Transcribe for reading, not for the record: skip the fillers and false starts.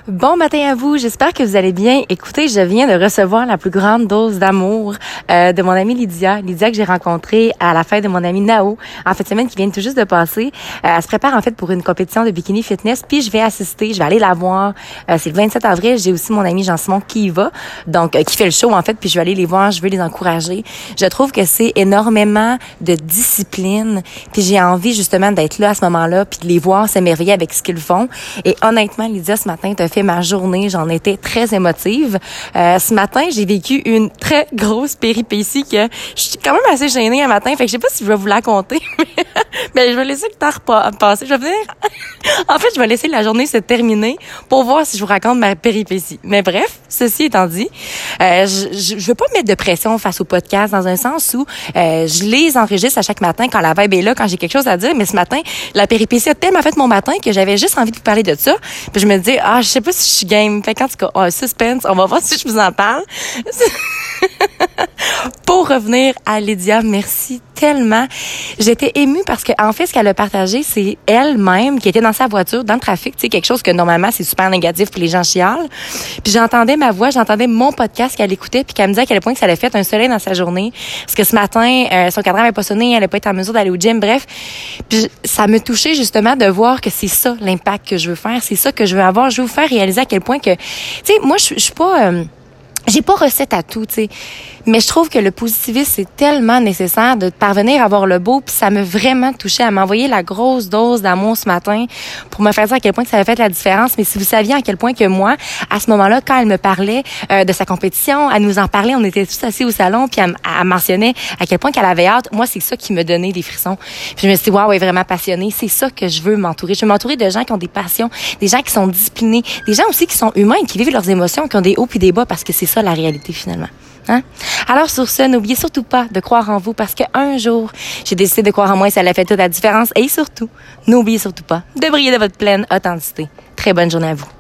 Bon matin à vous, j'espère que vous allez bien. Écoutez, je viens de recevoir la plus grande dose d'amour de mon amie Lydia que j'ai rencontrée à la fête de mon ami Nao, en fin de semaine qui vient tout juste de passer. Elle se prépare en fait pour une compétition de bikini fitness, puis je vais assister, je vais aller la voir. C'est le 27 avril, j'ai aussi mon ami Jean-Simon qui y va, donc qui fait le show en fait, puis je vais aller les voir, je veux les encourager. Je trouve que c'est énormément de discipline, puis j'ai envie justement d'être là à ce moment-là, puis de les voir s'émerveiller avec ce qu'ils font. Et honnêtement, Lydia, ce matin, t'as fait ma journée, j'en étais très émotive. Ce matin, j'ai vécu une très grosse péripétie que je suis quand même assez gênée un matin, fait que je sais pas si je vais vous la conter, mais je vais laisser le temps passer. Je vais venir... En fait, je vais laisser la journée se terminer pour voir si je vous raconte ma péripétie. Mais bref, ceci étant dit, je veux pas mettre de pression face au podcast dans un sens où je les enregistre à chaque matin quand la vibe est là, quand j'ai quelque chose à dire, mais ce matin, la péripétie a tellement fait mon matin que j'avais juste envie de vous parler de ça. Puis je me dis, je sais pas si je suis game. Fait qu'en tout cas, suspense, on va voir si je vous en parle. Pour revenir à Lydia, merci tellement. J'étais émue parce que en fait, ce qu'elle a partagé, c'est elle-même qui était dans sa voiture, dans le trafic, tu sais, quelque chose que normalement, c'est super négatif pour les gens chialent. Puis j'entendais ma voix, j'entendais mon podcast qu'elle écoutait, puis qu'elle me disait à quel point que ça allait fait un soleil dans sa journée. Parce que ce matin, son cadran n'avait pas sonné, elle n'allait pas être en mesure d'aller au gym, bref. Puis ça me touchait justement de voir que c'est ça l'impact que je veux faire, c'est ça que je veux avoir. Je veux vous faire réaliser à quel point que, tu sais, moi, je suis pas... j'ai pas recette à tout, tu sais. Mais je trouve que le positivisme, c'est tellement nécessaire de parvenir à voir le beau. Puis ça m'a vraiment touchée. À m'envoyer la grosse dose d'amour ce matin pour me faire dire à quel point que ça avait fait la différence. Mais si vous saviez à quel point que moi, à ce moment-là, quand elle me parlait de sa compétition, elle nous en parlait, on était tous assis au salon, puis elle mentionnait à quel point qu'elle avait hâte. Moi, c'est ça qui me donnait des frissons. Puis je me suis dit, waouh, elle est vraiment passionnée. C'est ça que je veux m'entourer. Je veux m'entourer de gens qui ont des passions, des gens qui sont disciplinés, des gens aussi qui sont humains et qui vivent leurs émotions, qui ont des hauts puis des bas, parce que c'est ça la réalité finalement. Hein? Alors sur ce, n'oubliez surtout pas de croire en vous, parce qu'un jour, j'ai décidé de croire en moi et ça a fait toute la différence. Et surtout, n'oubliez surtout pas de briller de votre pleine authenticité. Très bonne journée à vous.